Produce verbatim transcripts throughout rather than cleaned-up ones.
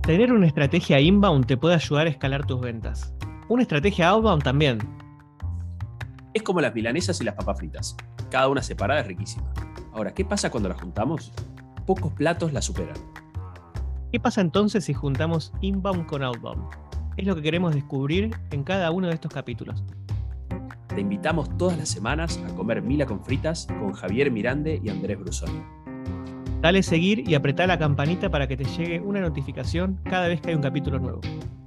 Tener una estrategia inbound te puede ayudar a escalar tus ventas. Una estrategia outbound también. Es como las milanesas y las papas fritas. Cada una separada es riquísima. Ahora, ¿qué pasa cuando las juntamos? Pocos platos la superan. ¿Qué pasa entonces si juntamos inbound con outbound? Es lo que queremos descubrir en cada uno de estos capítulos. Te invitamos todas las semanas a comer Mila con fritas con Javier Mirande y Andrés Brusoni. Dale seguir y apretá la campanita para que te llegue una notificación cada vez que hay un capítulo nuevo.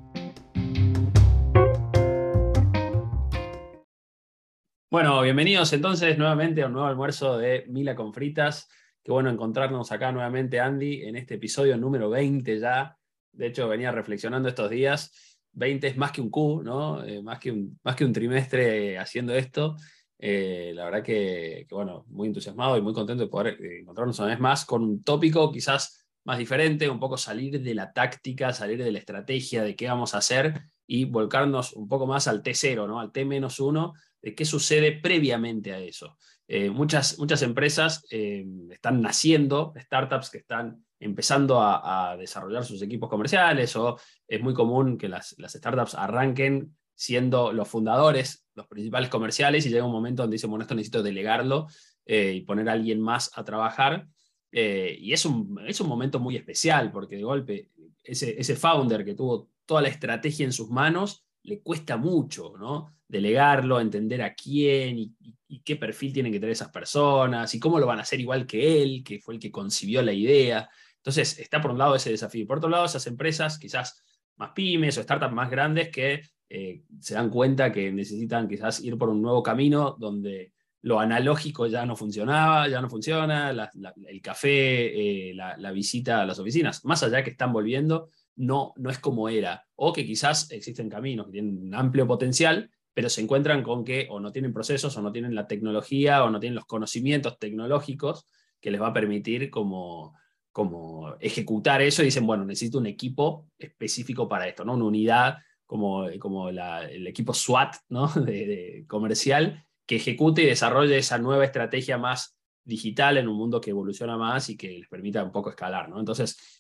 Bueno, bienvenidos entonces nuevamente a un nuevo almuerzo de Mila con fritas. Qué bueno encontrarnos acá nuevamente, Andy, en este episodio número veinte ya. De hecho, venía reflexionando estos días. veinte es más que un Q, ¿no? Eh, más que un, más que un trimestre haciendo esto. Eh, la verdad que, que, bueno, muy entusiasmado y muy contento de poder eh, encontrarnos una vez más con un tópico quizás más diferente, un poco salir de la táctica, salir de la estrategia de qué vamos a hacer y volcarnos un poco más al T cero, ¿no? Al T menos uno, de qué sucede previamente a eso. Eh, muchas, muchas empresas eh, están naciendo, startups que están empezando a, a desarrollar sus equipos comerciales, o es muy común que las, las startups arranquen siendo los fundadores, los principales comerciales, y llega un momento donde dicen, bueno, esto necesito delegarlo eh, y poner a alguien más a trabajar. Eh, y es un, es un momento muy especial, porque de golpe ese, ese founder que tuvo toda la estrategia en sus manos, le cuesta mucho, ¿no? Delegarlo, entender a quién y, y, y qué perfil tienen que tener esas personas y cómo lo van a hacer igual que él, que fue el que concibió la idea. Entonces, está por un lado ese desafío. Por otro lado, esas empresas, quizás más pymes o startups más grandes, que eh, se dan cuenta que necesitan quizás ir por un nuevo camino donde lo analógico ya no funcionaba, ya no funciona, la, la, el café, eh, la, la visita a las oficinas, más allá que están volviendo, no, no es como era. O que quizás existen caminos que tienen un amplio potencial, pero se encuentran con que o no tienen procesos, o no tienen la tecnología, o no tienen los conocimientos tecnológicos que les va a permitir como, como ejecutar eso, y dicen, bueno, necesito un equipo específico para esto, ¿no? Una unidad como, como la, el equipo SWAT, ¿no? de, de comercial, que ejecute y desarrolle esa nueva estrategia más digital en un mundo que evoluciona más y que les permita un poco escalar, ¿no? Entonces,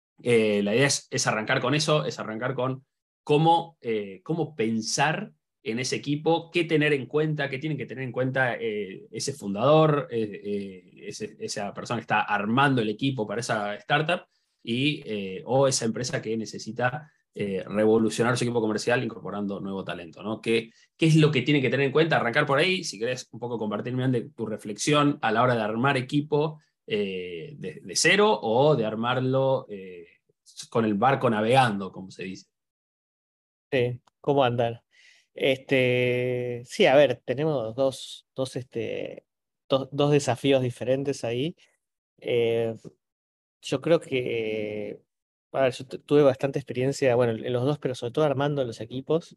eh, la idea es, es arrancar con eso, es arrancar con cómo, eh, cómo pensar en ese equipo, qué tener en cuenta, qué tienen que tener en cuenta eh, ese fundador, eh, eh, ese, esa persona que está armando el equipo para esa startup, y, eh, o esa empresa que necesita eh, revolucionar su equipo comercial incorporando nuevo talento, ¿no? ¿Qué, ¿Qué es lo que tienen que tener en cuenta? Arrancar por ahí, si querés un poco compartirme de tu reflexión a la hora de armar equipo eh, de, de cero, o de armarlo eh, con el barco navegando, como se dice. Sí, ¿cómo andan? Este, sí, a ver, tenemos dos, dos, este, dos, dos desafíos diferentes ahí. Eh, yo creo que, a ver, yo tu- tuve bastante experiencia, bueno, en los dos, pero sobre todo armando los equipos.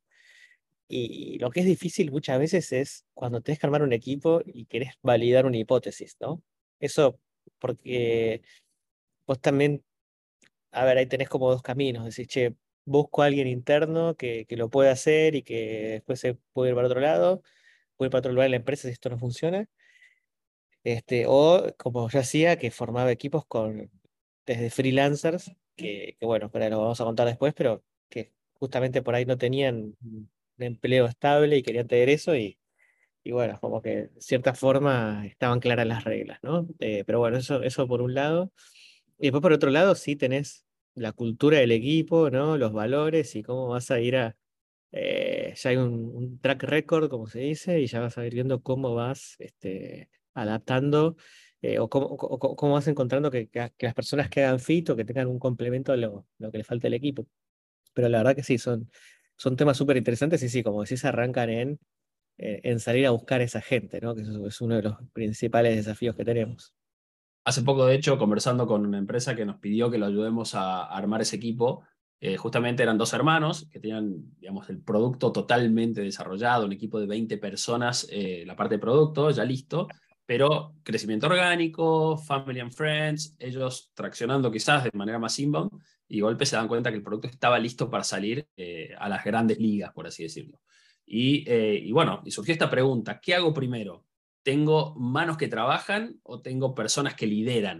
Y lo que es difícil muchas veces es cuando tenés que armar un equipo y querés validar una hipótesis, ¿no? Eso porque vos también, a ver, ahí tenés como dos caminos. Decís, che, busco a alguien interno que, que lo pueda hacer y que después se puede ir para otro lado, puede ir para otro lugar en la empresa si esto no funciona. Este, o como yo hacía, que formaba equipos con desde freelancers, que, que bueno, pero lo vamos a contar después, pero que justamente por ahí no tenían un empleo estable y querían tener eso y, y bueno, como que de cierta forma estaban claras las reglas, ¿no? Eh, pero bueno, eso, eso por un lado. Y después por otro lado sí tenés la cultura del equipo, ¿no? Los valores y cómo vas a ir a... eh, ya hay un, un track record, como se dice, y ya vas a ir viendo cómo vas este, adaptando eh, o, cómo, o cómo- cómo vas encontrando que, que, que las personas que hagan fit o que tengan un complemento a lo, lo que le falta al equipo. Pero la verdad que sí, son, son temas súper interesantes y sí, como decís, arrancan en, en en salir a buscar a esa gente, ¿no? Que eso es uno de los principales desafíos que tenemos. Hace poco, de hecho, conversando con una empresa que nos pidió que lo ayudemos a armar ese equipo, eh, justamente eran dos hermanos que tenían, digamos, el producto totalmente desarrollado, un equipo de veinte personas, eh, la parte de producto ya listo, pero crecimiento orgánico, family and friends, ellos traccionando quizás de manera más inbound, y de golpe se dan cuenta que el producto estaba listo para salir eh, a las grandes ligas, por así decirlo. Y, eh, y bueno, y surgió esta pregunta, ¿qué hago primero? ¿Tengo manos que trabajan o tengo personas que lideran?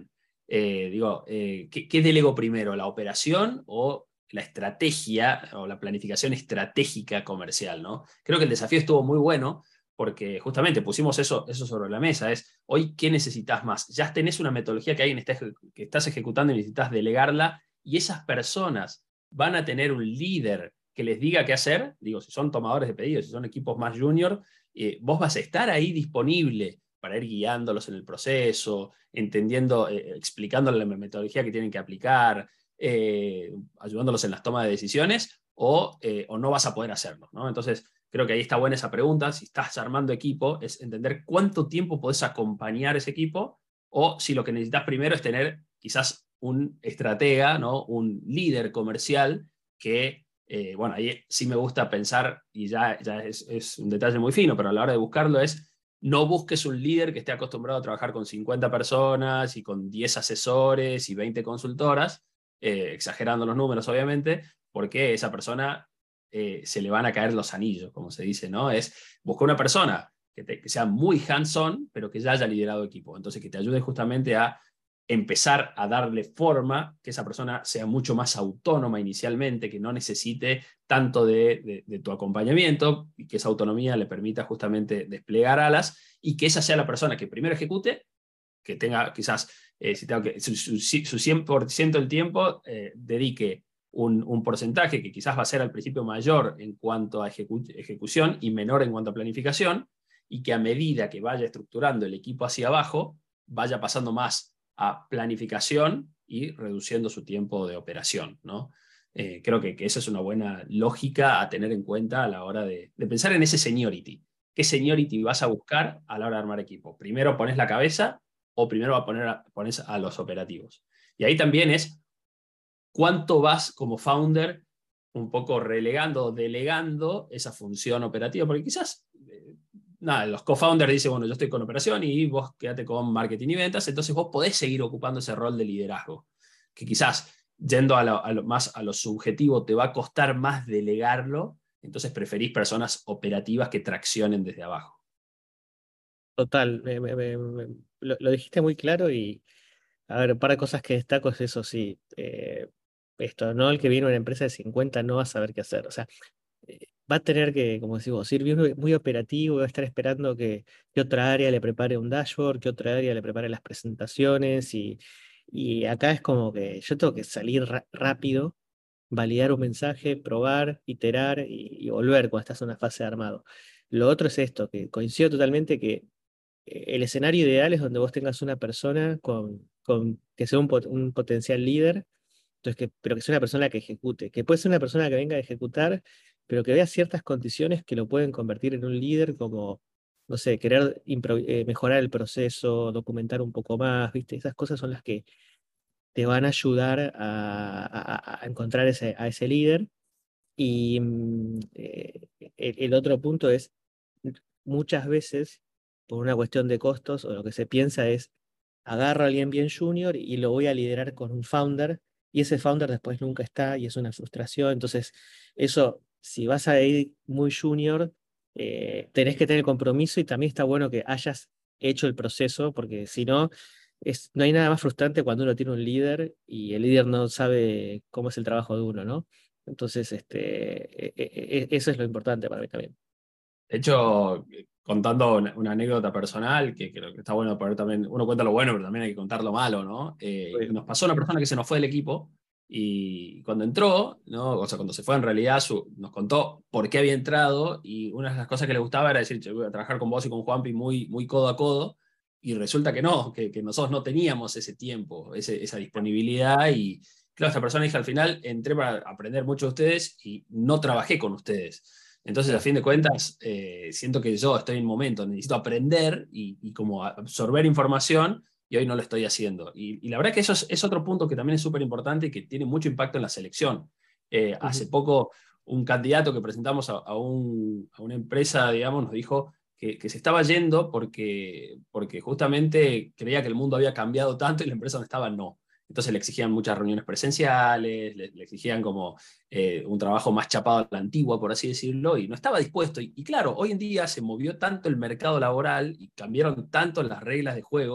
Eh, digo, eh, ¿qué, ¿qué delego primero? ¿La operación o la estrategia o la planificación estratégica comercial, ¿no? Creo que el desafío estuvo muy bueno porque justamente pusimos eso, eso sobre la mesa. Es, hoy, ¿qué necesitas más? Ya tenés una metodología que alguien está, que estás ejecutando y necesitas delegarla, y esas personas van a tener un líder que les diga qué hacer. Digo, si son tomadores de pedidos, si son equipos más junior, eh, vos vas a estar ahí disponible para ir guiándolos en el proceso, entendiendo, eh, explicándoles la metodología que tienen que aplicar, eh, ayudándolos en las tomas de decisiones, o, eh, o no vas a poder hacerlo, ¿no? Entonces, creo que ahí está buena esa pregunta. Si estás armando equipo, es entender cuánto tiempo podés acompañar ese equipo, o si lo que necesitas primero es tener quizás un estratega, ¿no? Un líder comercial que, eh, bueno, ahí sí me gusta pensar, y ya, ya es, es un detalle muy fino, pero a la hora de buscarlo es, no busques un líder que esté acostumbrado a trabajar con cincuenta personas y con diez asesores y veinte consultoras, eh, exagerando los números obviamente, porque esa persona eh, se le van a caer los anillos, como se dice, ¿no? Es buscar una persona que, te, que sea muy hands-on, pero que ya haya liderado equipo, entonces que te ayude justamente a empezar a darle forma, que esa persona sea mucho más autónoma inicialmente, que no necesite tanto de, de, de tu acompañamiento, y que esa autonomía le permita justamente desplegar alas, y que esa sea la persona que primero ejecute, que tenga quizás, eh, si tengo que, su, su, su cien por ciento del tiempo eh, dedique un, un, porcentaje que quizás va a ser al principio mayor en cuanto a ejecu ejecución y menor en cuanto a planificación, y que a medida que vaya estructurando el equipo hacia abajo, vaya pasando más a planificación y reduciendo su tiempo de operación, ¿no? Eh, creo que, que esa es una buena lógica a tener en cuenta a la hora de, de pensar en ese seniority. ¿Qué seniority vas a buscar a la hora de armar equipo? Primero pones la cabeza o primero va a poner a, pones a los operativos. Y ahí también es cuánto vas como founder un poco relegando, delegando esa función operativa, porque quizás eh, nada, los co-founders dicen, bueno, yo estoy con operación y vos quédate con marketing y ventas, entonces vos podés seguir ocupando ese rol de liderazgo, que quizás yendo a lo, a lo más a lo subjetivo te va a costar más delegarlo, entonces preferís personas operativas que traccionen desde abajo. Total, me- me- me- me- lo, lo dijiste muy claro y, a ver, un par de cosas que destaco es eso, sí. Eh, esto, ¿no? El que viene a una empresa de cincuenta no va a saber qué hacer. O sea, eh, va a tener que, como decimos, ir bien- muy operativo, va a estar esperando que, que otra área le prepare un dashboard, que otra área le prepare las presentaciones y, y acá es como que yo tengo que salir ra- rápido, validar un mensaje, probar, iterar y, y volver cuando estás en una fase de armado. Lo otro es esto, que coincido totalmente que eh, el escenario ideal es donde vos tengas una persona con, con que sea un, pot- un potencial líder, entonces que, pero que sea una persona que ejecute, que puede ser una persona que venga a ejecutar, pero que vea ciertas condiciones que lo pueden convertir en un líder, como, no sé, querer impro- eh, mejorar el proceso, documentar un poco más, ¿viste? Esas cosas son las que te van a ayudar a, a- a encontrar ese, a ese líder. Y mm, eh, el, el otro punto es, muchas veces, por una cuestión de costos, o lo que se piensa es, agarro a alguien bien junior y lo voy a liderar con un founder, y ese founder después nunca está y es una frustración. Entonces, eso, si vas a ir muy junior, eh, tenés que tener compromiso y también está bueno que hayas hecho el proceso, porque si no, es, no hay nada más frustrante cuando uno tiene un líder y el líder no sabe cómo es el trabajo de uno, ¿no? Entonces, este, e- e- e- eso es lo importante para mí también. De hecho, contando una, una anécdota personal, que creo que está bueno poner también, uno cuenta lo bueno, pero también hay que contar lo malo, ¿no? Eh, y Obvio. nos pasó una persona que se nos fue del equipo, y cuando entró, ¿no? O sea, cuando se fue en realidad, su, nos contó por qué había entrado, y una de las cosas que le gustaba era decir, che, voy a trabajar con vos y con Juanpi muy, muy codo a codo, y resulta que no, que, que nosotros no teníamos ese tiempo, ese, esa disponibilidad, y claro, esta persona dijo al final, entré para aprender mucho de ustedes y no trabajé con ustedes. Entonces, a Claro. fin de cuentas, eh, siento que yo estoy en un momento, necesito aprender y, y como absorber información, y hoy no lo estoy haciendo. Y, y la verdad que eso es, es, otro punto que también es súper importante y que tiene mucho impacto en la selección. Eh, Ujú. hace poco, un candidato que presentamos a, a, un, a una empresa, digamos, nos dijo que, que, se estaba yendo porque, porque justamente creía que el mundo había cambiado tanto y la empresa donde estaba no. Entonces le exigían muchas reuniones presenciales, le, le exigían como eh, un trabajo más chapado a la antigua, por así decirlo, y no estaba dispuesto. Y, y claro, hoy en día se movió tanto el mercado laboral y cambiaron tanto las reglas de juego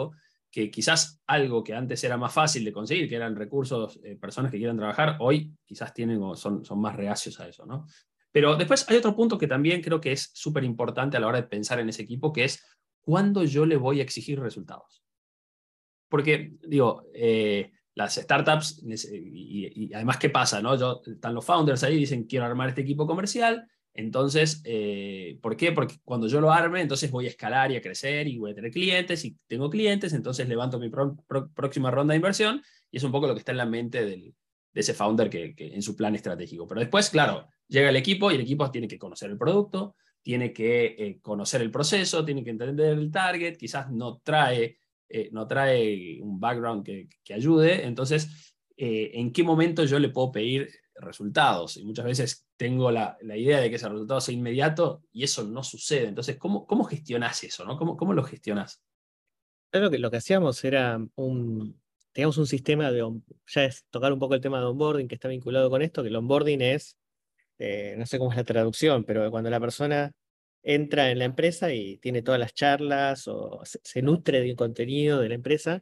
que quizás algo que antes era más fácil de conseguir, que eran recursos, eh, personas que quieran trabajar, hoy quizás tienen o son, son más reacios a eso, ¿no? Pero después hay otro punto que también creo que es súper importante a la hora de pensar en ese equipo, que es cuándo yo le voy a exigir resultados. Porque, digo, eh, las startups, y, y, además, ¿qué pasa? ¿No? Yo, están los founders ahí, dicen, quiero armar este equipo comercial, entonces, eh, ¿por qué? Porque cuando yo lo arme, entonces voy a escalar y a crecer y voy a tener clientes, y tengo clientes, entonces levanto mi pro, pro, próxima ronda de inversión, y es un poco lo que está en la mente del, de ese founder que, que en su plan estratégico. Pero después, claro, llega el equipo y el equipo tiene que conocer el producto, tiene que eh, conocer el proceso, tiene que entender el target, quizás no trae eh, no trae un background que, que ayude, entonces, eh, ¿en qué momento yo le puedo pedir resultados? Y muchas veces tengo la, la idea de que ese resultado sea inmediato y eso no sucede. Entonces, ¿cómo, cómo gestionás eso? ¿No? ¿Cómo, cómo lo gestionás? Claro que lo que hacíamos era un, teníamos un sistema de, on- ya es tocar un poco el tema de onboarding que está vinculado con esto, que el onboarding es, eh, no sé cómo es la traducción, pero cuando la persona entra en la empresa y tiene todas las charlas o se, se nutre del contenido de la empresa.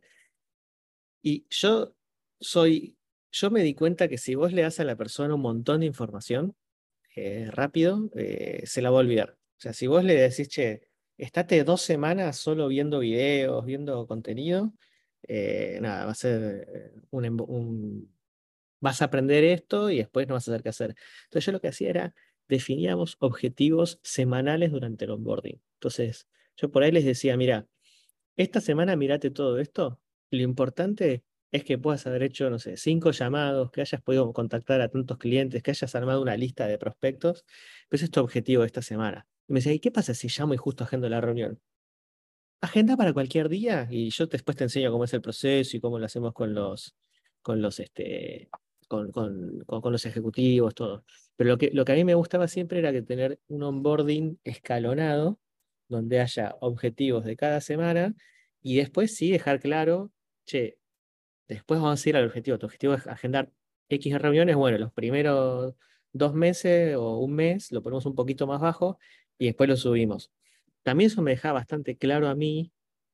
Y yo soy, yo me di cuenta que si vos le das a la persona un montón de información, eh, rápido, eh, se la va a olvidar. O sea, si vos le decís, che, estate dos semanas solo viendo videos, viendo contenido, eh, nada, va a ser eh, un, embo- un- vas a aprender esto y después no vas a saber qué hacer. Entonces yo lo que hacía era, definíamos objetivos semanales durante el onboarding. Entonces, yo por ahí les decía, mira, esta semana mirate todo esto. Lo importante es que puedas haber hecho, no sé, cinco llamados, que hayas podido contactar a tantos clientes, que hayas armado una lista de prospectos. Pues ese es tu objetivo de esta semana. Y me decía, ¿y qué pasa si llamo y justo agendo la reunión? Agenda para cualquier día y yo después te enseño cómo es el proceso y cómo lo hacemos con los, con los, este, con, con, con- con los ejecutivos, todo. Pero lo que, lo que a mí me gustaba siempre era que tener un onboarding escalonado, donde haya objetivos de cada semana y después sí dejar claro, che, después vamos a ir al objetivo. Tu objetivo es agendar X reuniones. Bueno, los primeros dos meses o un mes lo ponemos un poquito más bajo y después lo subimos. También eso me dejaba bastante claro a mí,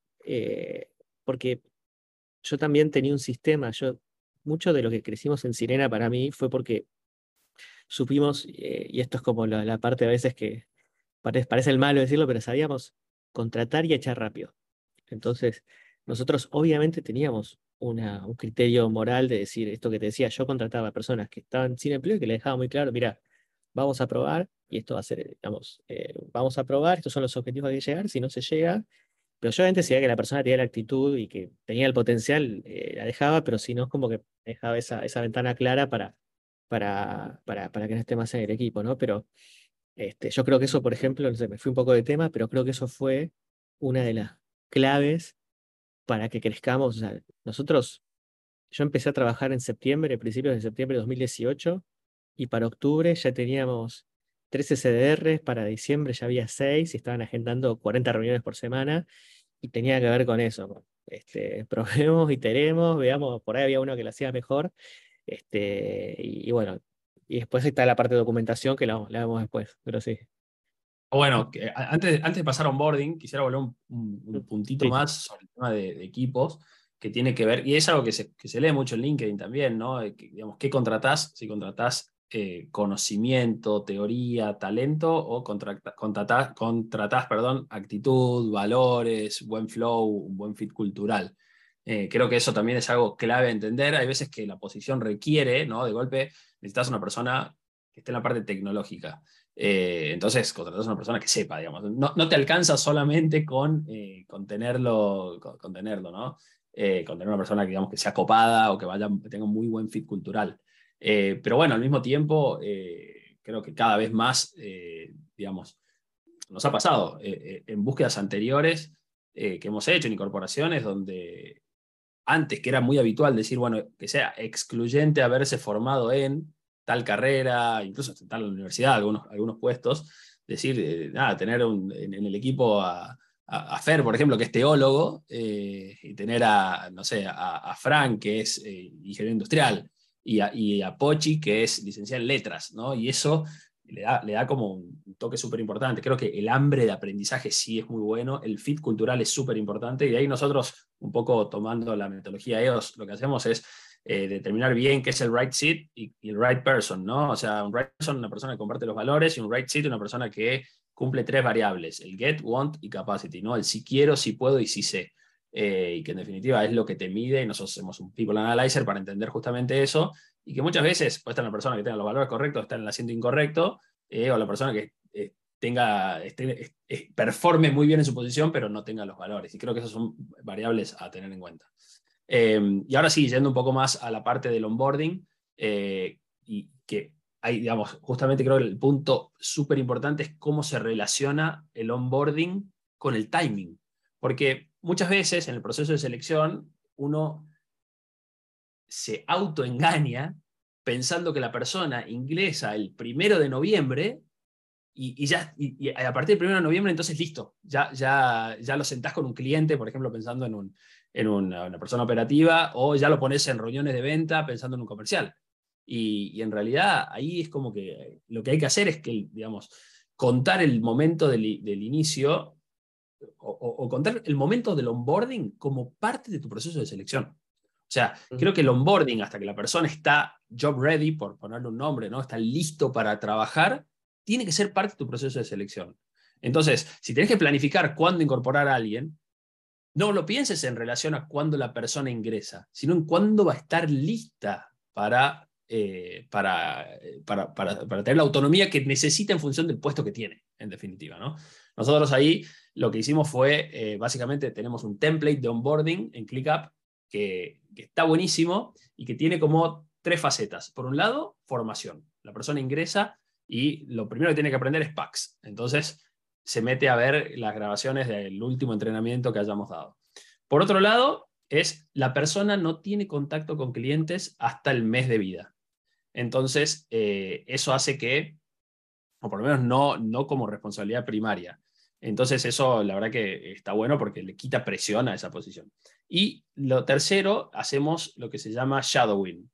eh, porque yo también tenía un sistema. Yo, mucho de lo que crecimos en Sirena para mí fue porque supimos, eh, y esto es como la, la parte a veces que parece, parece el malo decirlo, pero sabíamos contratar y echar rápido. Entonces, nosotros obviamente teníamos una, un criterio moral de decir esto que te decía, yo contrataba a personas que estaban sin empleo y que les dejaba muy claro, mira, vamos a probar y esto va a ser, digamos, eh, vamos a probar, estos son los objetivos que hay que llegar, si no se llega, pero yo obviamente si veía que la persona tenía la actitud y que tenía el potencial, eh, la dejaba, pero si no es como que dejaba esa, esa ventana clara para, para, para, para que no esté más en el equipo, ¿no? Pero este, yo creo que eso, por ejemplo, no sé, me fui un poco de tema, pero creo que eso fue una de las claves para que crezcamos. O sea, nosotros, yo empecé a trabajar en septiembre, principios de septiembre de dos mil dieciocho, y para octubre ya teníamos trece C D Rs, para diciembre ya había seis y estaban agendando cuarenta reuniones por semana, y tenía que ver con eso, ¿no? Este, probemos, iteremos, veamos, por ahí había uno que lo hacía mejor, este, y, y bueno, y después está la parte de documentación que la, la vemos después, pero sí. Bueno, que antes, antes de pasar a onboarding, quisiera volver un, un- un puntito Sí. más sobre el tema de, de equipos, que tiene que ver, y es algo que se, que se lee mucho en LinkedIn también, ¿no? De que, digamos, ¿qué contratás? Si contratás eh, conocimiento, teoría, talento, o contrata- contratás, contratás, perdón, actitud, valores, buen flow, un buen fit cultural. Eh, creo que eso también es algo clave a entender. Hay veces que la posición requiere, ¿no? De golpe necesitas una persona que esté en la parte tecnológica. Eh, entonces, contratas a una persona que sepa, digamos. No, no te alcanza solamente con, eh, con tenerlo, con, con tenerlo, ¿no? Eh, con tener una persona que, digamos, que sea copada o que, vaya, que tenga un muy buen fit cultural. Eh, pero bueno, al mismo tiempo, eh, creo que cada vez más, eh, digamos, nos ha pasado eh, eh, en búsquedas anteriores eh, que hemos hecho en incorporaciones donde antes, que era muy habitual decir, bueno, que sea excluyente haberse formado en tal carrera, incluso en tal universidad, algunos, algunos puestos, decir, eh, nada, tener un, en, en, el equipo a, a, a, Fer, por ejemplo, que es teólogo, eh, y tener a, no sé, a, a Frank, que es eh, ingeniero industrial, y a, y a Pochi, que es licenciado en letras, ¿no? Y eso le da, le da como un toque súper importante. Creo que el hambre de aprendizaje sí es muy bueno, el fit cultural es súper importante, y de ahí nosotros, un poco tomando la metodología E O S, lo que hacemos es eh, determinar bien qué es el right seat y, y el right person, ¿no? O sea, un right person es una persona que comparte los valores, y un right seat es una persona que cumple tres variables, el get, want y capacity, ¿no? El si quiero, si puedo y si sé. Eh, y que en definitiva es lo que te mide, y nosotros hacemos un people analyzer para entender justamente eso, y que muchas veces puede estar la persona que tenga los valores correctos, está en el asiento incorrecto, eh, o la persona que eh, tenga, esté, eh, performe muy bien en su posición, pero no tenga los valores. Y creo que esas son variables a tener en cuenta. Eh, y ahora sí, yendo un poco más a la parte del onboarding, eh, y que hay, digamos, justamente creo que el punto súper importante es cómo se relaciona el onboarding con el timing. Porque muchas veces en el proceso de selección uno se autoengaña pensando que la persona ingresa el primero de noviembre y, y ya y, y a partir del primero de noviembre entonces listo, ya, ya, ya lo sentás con un cliente, por ejemplo, pensando en, un, en una, una persona operativa, o ya lo pones en reuniones de venta pensando en un comercial. Y, y en realidad ahí es como que lo que hay que hacer es que, digamos, contar el momento del, del inicio o, o, contar el momento del onboarding como parte de tu proceso de selección. O sea, Mm. creo que el onboarding, hasta que la persona está job ready, por ponerle un nombre, ¿no? Está listo para trabajar, tiene que ser parte de tu proceso de selección. Entonces, si tenés que planificar cuándo incorporar a alguien, no lo pienses en relación a cuándo la persona ingresa, sino en cuándo va a estar lista para, eh, para, para, para, para tener la autonomía que necesita en función del puesto que tiene, en definitiva, ¿no? Nosotros ahí lo que hicimos fue, eh, básicamente tenemos un template de onboarding en ClickUp que, que está buenísimo y que tiene como tres facetas. Por un lado, formación. La persona ingresa y lo primero que tiene que aprender es PAX. Entonces, se mete a ver las grabaciones del último entrenamiento que hayamos dado. Por otro lado, es la persona no tiene contacto con clientes hasta el mes de vida. Entonces, eh, eso hace que, o por lo menos no, no como responsabilidad primaria. Entonces, eso la verdad que está bueno porque le quita presión a esa posición. Y lo tercero, hacemos lo que se llama shadowing,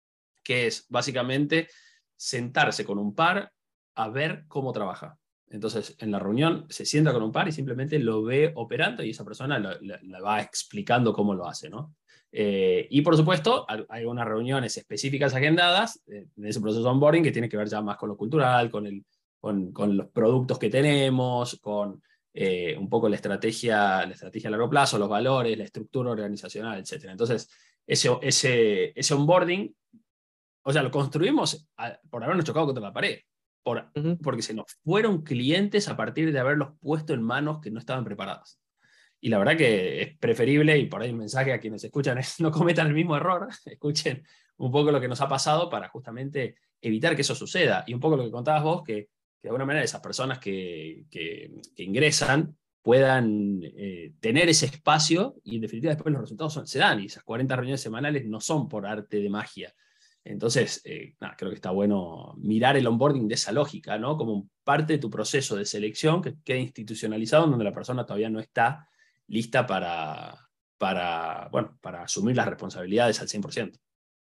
que es básicamente sentarse con un par a ver cómo trabaja. Entonces, en la reunión se sienta con un par y simplemente lo ve operando, y esa persona le va explicando cómo lo hace, ¿no? Eh, y por supuesto, hay unas reuniones específicas agendadas eh, en ese proceso de onboarding que tiene que ver ya más con lo cultural, con, el, con, con los productos que tenemos, con eh, un poco la estrategia, la estrategia a largo plazo, los valores, la estructura organizacional, etcétera. Entonces, ese, ese, ese onboarding, o sea, lo construimos a, por habernos chocado contra la pared, por, Ujú. porque se nos fueron clientes a partir de haberlos puesto en manos que no estaban preparadas. Y la verdad que es preferible, y por ahí el mensaje a quienes escuchan es no cometan el mismo error, escuchen un poco lo que nos ha pasado para justamente evitar que eso suceda. Y un poco lo que contabas vos, que, que de alguna manera esas personas que, que, que ingresan puedan eh, tener ese espacio, y en definitiva después los resultados son, se dan, y esas cuarenta reuniones semanales no son por arte de magia. Entonces, eh, nada, creo que está bueno mirar el onboarding de esa lógica, ¿no? Como parte de tu proceso de selección que queda institucionalizado, en donde la persona todavía no está lista para, para, bueno, para asumir las responsabilidades al cien por ciento.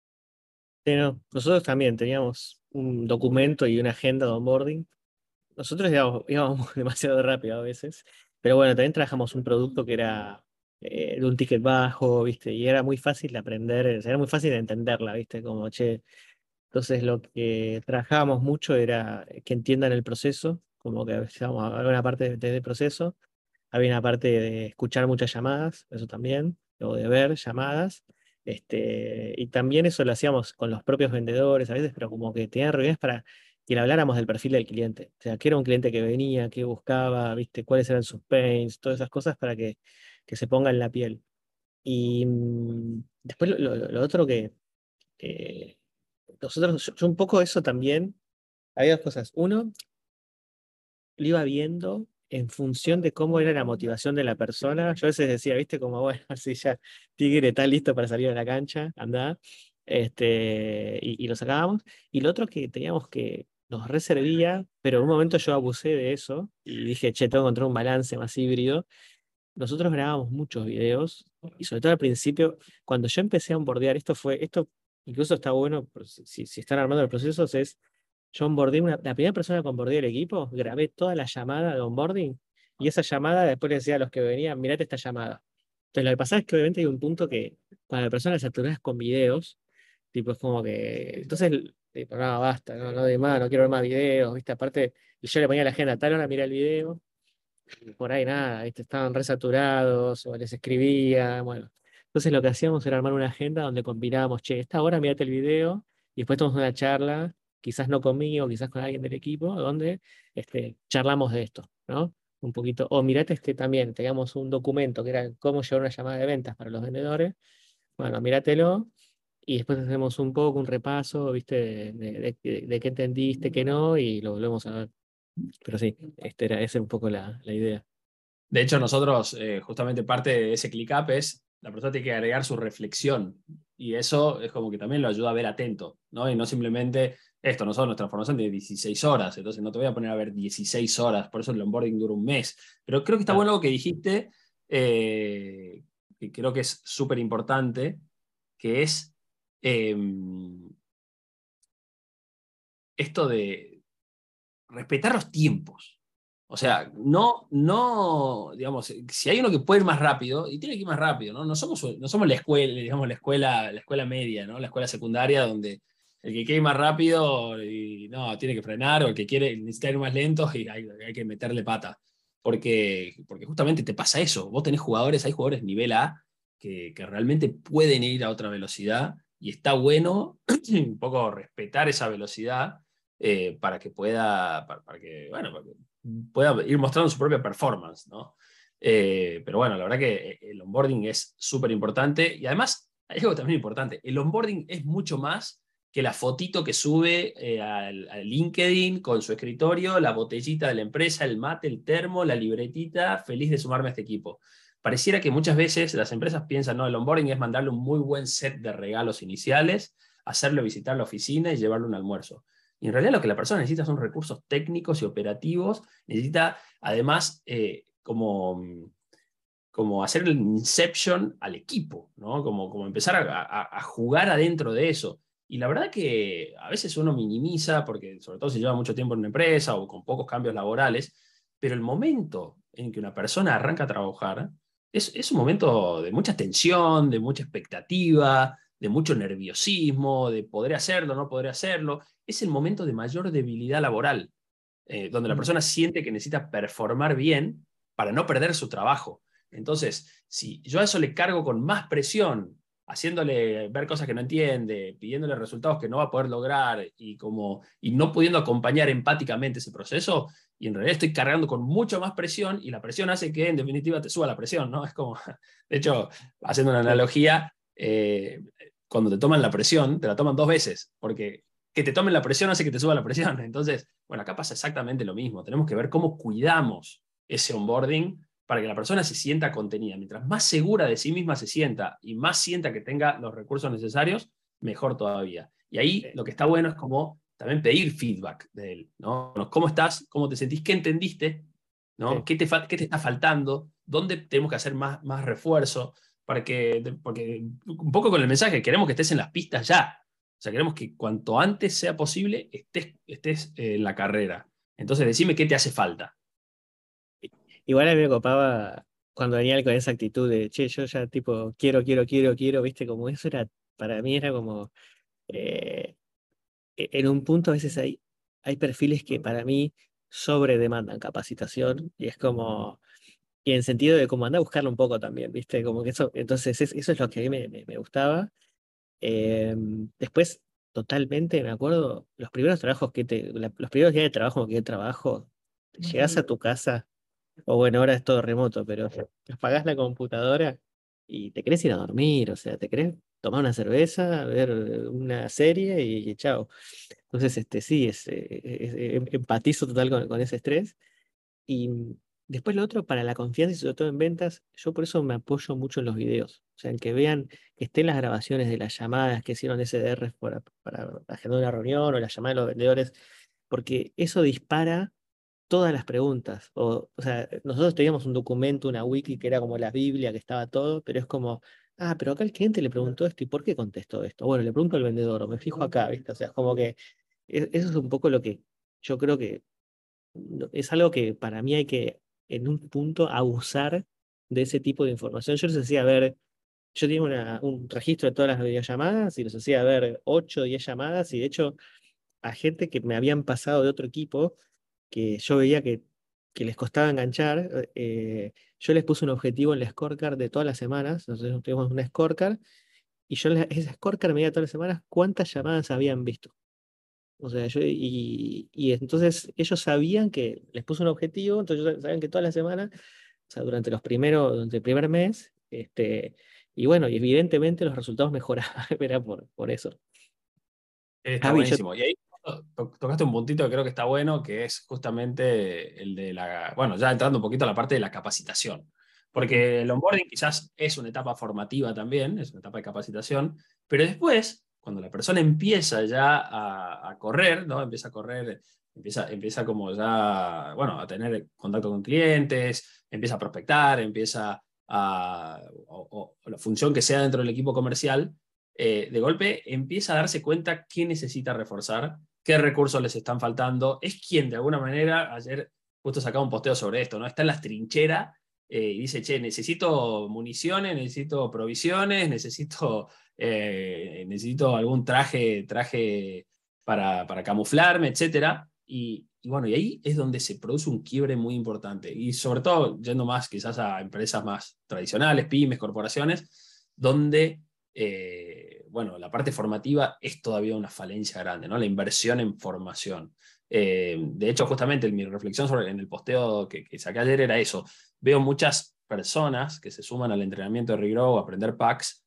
Sí, no. Nosotros también teníamos un documento y una agenda de onboarding. Nosotros íbamos, íbamos demasiado rápido a veces, pero bueno, también trabajamos un producto que era eh, de un ticket bajo, ¿viste? Y era muy fácil de aprender, o sea, era muy fácil de entenderla, ¿viste? Como, che, entonces lo que trabajábamos mucho era que entiendan el proceso, como que había una parte de- del proceso, había una parte de escuchar muchas llamadas, eso también, o de ver llamadas. Este, y también eso lo hacíamos con los propios vendedores a veces, pero como que tenían reuniones para que le habláramos del perfil del cliente. O sea, qué era un cliente que venía, qué buscaba, viste, cuáles eran sus pains, todas esas cosas para que, que se ponga en la piel. Y mm, después lo, lo- lo otro que eh, nosotros, yo, yo un poco eso también, había dos cosas. Uno, lo iba viendo en función de cómo era la motivación de la persona. Yo a veces decía, viste, como, bueno, si ya Tigre está listo para salir a la cancha, anda, este, y, y lo sacábamos. Y lo otro que teníamos que, nos reservía, pero en un momento yo abusé de eso y dije, che, tengo que encontrar un balance más híbrido. Nosotros grabábamos muchos videos y sobre todo al principio, cuando yo empecé a onboardear, esto fue, esto incluso está bueno, por si, si si están armando los procesos, es Yo onboardé una, la primera persona que onboardé el equipo, grabé toda la llamada de onboarding y esa llamada después le decía a los que venían, mirate esta llamada. Entonces lo que pasa es que obviamente hay un punto que cuando la persona la saturas con videos, tipo es como que, entonces, tipo, no, basta, no, no de más, no quiero ver más videos, ¿viste? Aparte, y yo le ponía a la agenda, tal hora mira el video, por ahí nada, ¿viste? Estaban resaturados o les escribía, bueno. Entonces lo que hacíamos era armar una agenda donde combinábamos, che, esta hora mirate el video y después tomamos una charla, quizás no conmigo, quizás con alguien del equipo, donde este, charlamos de esto, ¿no? Un poquito, o mirate este también, teníamos un documento que era cómo llevar una llamada de ventas para los vendedores, bueno, míratelo y después hacemos un poco un repaso, ¿viste? De, de, de- de qué entendiste, qué no, y lo volvemos a ver. Pero sí, este era, esa era un poco la, la idea. De hecho, nosotros, eh, justamente parte de ese ClickUp es, la persona tiene que agregar su reflexión y eso es como que también lo ayuda a ver atento, ¿no? Y no simplemente esto, nosotros nuestra formación de dieciséis horas, entonces no te voy a poner a ver dieciséis horas, por eso el onboarding dura un mes. Pero creo que está Ah, bueno lo que dijiste, eh, que creo que es súper importante, que es eh, esto de respetar los tiempos. O mm, sea, no, no, digamos, si hay uno que puede ir más rápido, y tiene que ir más rápido, ¿no? No somos, no somos la escuela, digamos, la escuela, la escuela media, ¿no? La escuela secundaria donde el que quiere ir más rápido y no, tiene que frenar, o el que quiere necesita ir más lento y hay, hay que meterle pata. Porque, porque justamente te pasa eso. Vos tenés jugadores, hay jugadores nivel A que, que realmente pueden ir a otra velocidad y está bueno un poco respetar esa velocidad, eh, para que pueda, para, para que, bueno, para que pueda ir mostrando su propia performance, ¿no? Eh, pero bueno, la verdad que el onboarding es súper importante y además hay algo también importante, el onboarding es mucho más que la fotito que sube eh, al, al LinkedIn con su escritorio, la botellita de la empresa, el mate, el termo, la libretita, feliz de sumarme a este equipo. Pareciera que muchas veces las empresas piensan, no, el onboarding es mandarle un muy buen set de regalos iniciales, hacerlo visitar la oficina y llevarle un almuerzo. Y en realidad lo que la persona necesita son recursos técnicos y operativos, necesita además eh, como, como hacer el inception al equipo, ¿no? Como, como empezar a, a, a jugar adentro de eso. Y la verdad que a veces uno minimiza, porque sobre todo si lleva mucho tiempo en una empresa o con pocos cambios laborales, pero el momento en que una persona arranca a trabajar es, es un momento de mucha tensión, de mucha expectativa, de mucho nerviosismo, de podré hacerlo, no podré hacerlo. Es el momento de mayor debilidad laboral, eh, donde la mm, persona siente que necesita performar bien para no perder su trabajo. Entonces, si yo a eso le cargo con más presión, haciéndole ver cosas que no entiende, pidiéndole resultados que no va a poder lograr y, como, y no pudiendo acompañar empáticamente ese proceso, y en realidad estoy cargando con mucho más presión y la presión hace que en definitiva te suba la presión, ¿no? Es como, de hecho, haciendo una claro. analogía, eh, cuando te toman la presión, te la toman dos veces, porque que te tomen la presión hace que te suba la presión. Entonces, bueno, acá pasa exactamente lo mismo. Tenemos que ver cómo cuidamos ese onboarding para que la persona se sienta contenida. Mientras más segura de sí misma se sienta y más sienta que tenga los recursos necesarios, mejor todavía. Y ahí Eh, lo que está bueno es como también pedir feedback de él, ¿no? ¿Cómo estás? ¿Cómo te sentís? ¿Qué entendiste? ¿No? sí. ¿Qué te, qué te está faltando? ¿Dónde tenemos que hacer más, más refuerzo? Para que, porque un poco con el mensaje, queremos que estés en las pistas ya. O sea, queremos que cuanto antes sea posible estés, estés en la carrera. Entonces, decime qué te hace falta. Igual a mí me copaba cuando venía con esa actitud de, che, yo ya tipo, quiero, quiero, quiero, quiero, viste, como eso era, para mí era como, eh, e- en un punto a veces hay, hay perfiles que para mí sobredemandan capacitación y es como, y en sentido de como anda a buscarlo un poco también, viste, como que eso, entonces es- eso es lo que a mí me, me, me gustaba. Eh, Después, totalmente, me acuerdo, los primeros trabajos que te, la- los primeros días de trabajo que trabajo, llegás a tu casa. O bueno, ahora es todo remoto, pero apagás la computadora y te querés ir a dormir, o sea, te querés tomar una cerveza, ver una serie y, y chao. Entonces, este, sí, es, eh, es- eh, em- empatizo total con, con ese estrés. Y después lo otro, para la confianza y sobre todo en ventas, yo por eso me apoyo mucho en los videos. O sea, en que vean, que estén las grabaciones de las llamadas que hicieron S D Rs para, para agendar una reunión o la llamada de los vendedores, porque eso dispara todas las preguntas. O, o sea, nosotros teníamos un documento, una wiki que era como la Biblia, que estaba todo, pero es como, ah, pero acá el cliente le preguntó esto, ¿y por qué contestó esto? Bueno, le pregunto al vendedor, o me fijo acá, ¿viste? O sea, es como que e- eso es un poco lo que yo creo que no- es algo que para mí hay que, en un punto, abusar de ese tipo de información. Yo les hacía ver, yo tenía una- un registro de todas las videollamadas y les hacía ver ocho o diez llamadas y de hecho a gente que me habían pasado de otro equipo, que yo veía que, que les costaba enganchar, eh, yo les puse un objetivo en la scorecard de todas las semanas, nosotros tuvimos una scorecard, y yo en la- esa scorecard me veía todas las semanas cuántas llamadas habían visto. O sea, yo, y, y entonces ellos sabían que les puse un objetivo, entonces ellos sabían que todas las semanas, o sea, durante los primeros, durante el primer mes, este, y bueno, y evidentemente los resultados mejoraban, era por, por eso. Está Javi, yo, buenísimo. Y ahí to- tocaste un puntito que creo que está bueno, que es justamente el de la, bueno, ya entrando un poquito a la parte de la capacitación. ujú, Porque el onboarding quizás es una etapa formativa también, es una etapa de capacitación, pero después, cuando la persona empieza ya a, a correr, ¿no? Empieza a correr, empieza, empieza como ya, bueno, a tener contacto con clientes, empieza a prospectar, empieza a, o, o la función que sea dentro del equipo comercial, eh, de golpe empieza a darse cuenta qué necesita reforzar, qué recursos les están faltando. Es quien de alguna manera, ayer justo sacaba un posteo sobre esto, ¿no? Está en las trincheras eh, y dice, che, necesito municiones, necesito provisiones, necesito, eh, necesito algún traje, traje para, para camuflarme, etcétera. Y, y bueno, y ahí es donde se produce un quiebre muy importante. Y sobre todo, yendo más quizás a empresas más tradicionales, pymes, corporaciones, donde eh, bueno, la parte formativa es todavía una falencia grande, ¿no? La inversión en formación. Eh, de hecho, justamente mi reflexión sobre, en el posteo que, que saqué ayer era eso. Veo muchas personas que se suman al entrenamiento de Regrow, a aprender packs,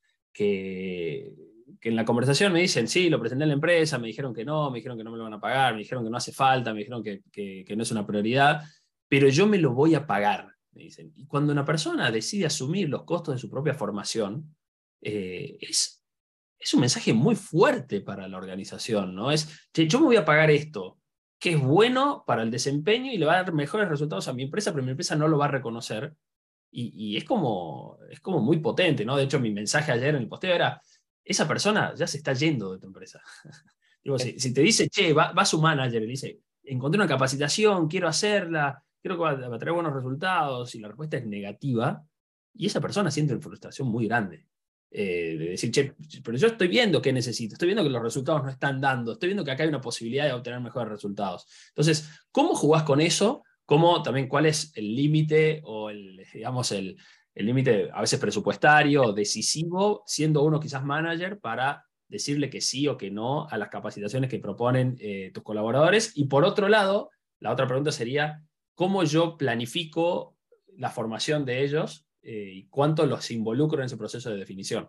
que, que en la conversación me dicen, sí, lo presenté en la empresa, me dijeron que no, me dijeron que no me lo van a pagar, me dijeron que no hace falta, me dijeron que, que, que no es una prioridad, pero yo me lo voy a pagar, me dicen. Y cuando una persona decide asumir los costos de su propia formación, eh, es, es un mensaje muy fuerte para la organización, ¿no? Es, che, yo me voy a pagar esto, que es bueno para el desempeño y le va a dar mejores resultados a mi empresa, pero mi empresa no lo va a reconocer. Y, y es, como, es como muy potente, ¿no? De hecho, mi mensaje ayer en el posteo era, esa persona ya se está yendo de tu empresa. Digo, eh, si, si te dice, che, va, va su manager y le dice, encontré una capacitación, quiero hacerla, creo que va, va a traer buenos resultados, y la respuesta es negativa, y esa persona siente una frustración muy grande. Eh, de decir, che, pero yo estoy viendo qué necesito, estoy viendo que los resultados no están dando, estoy viendo que acá hay una posibilidad de obtener mejores resultados. Entonces, ¿cómo jugás con eso? ¿Cómo también cuál es el límite o el, digamos, el el límite a veces presupuestario, decisivo, siendo uno quizás manager para decirle que sí o que no a las capacitaciones que proponen eh, tus colaboradores? Y por otro lado, la otra pregunta sería, ¿cómo yo planifico la formación de ellos eh, y cuánto los involucro en ese proceso de definición?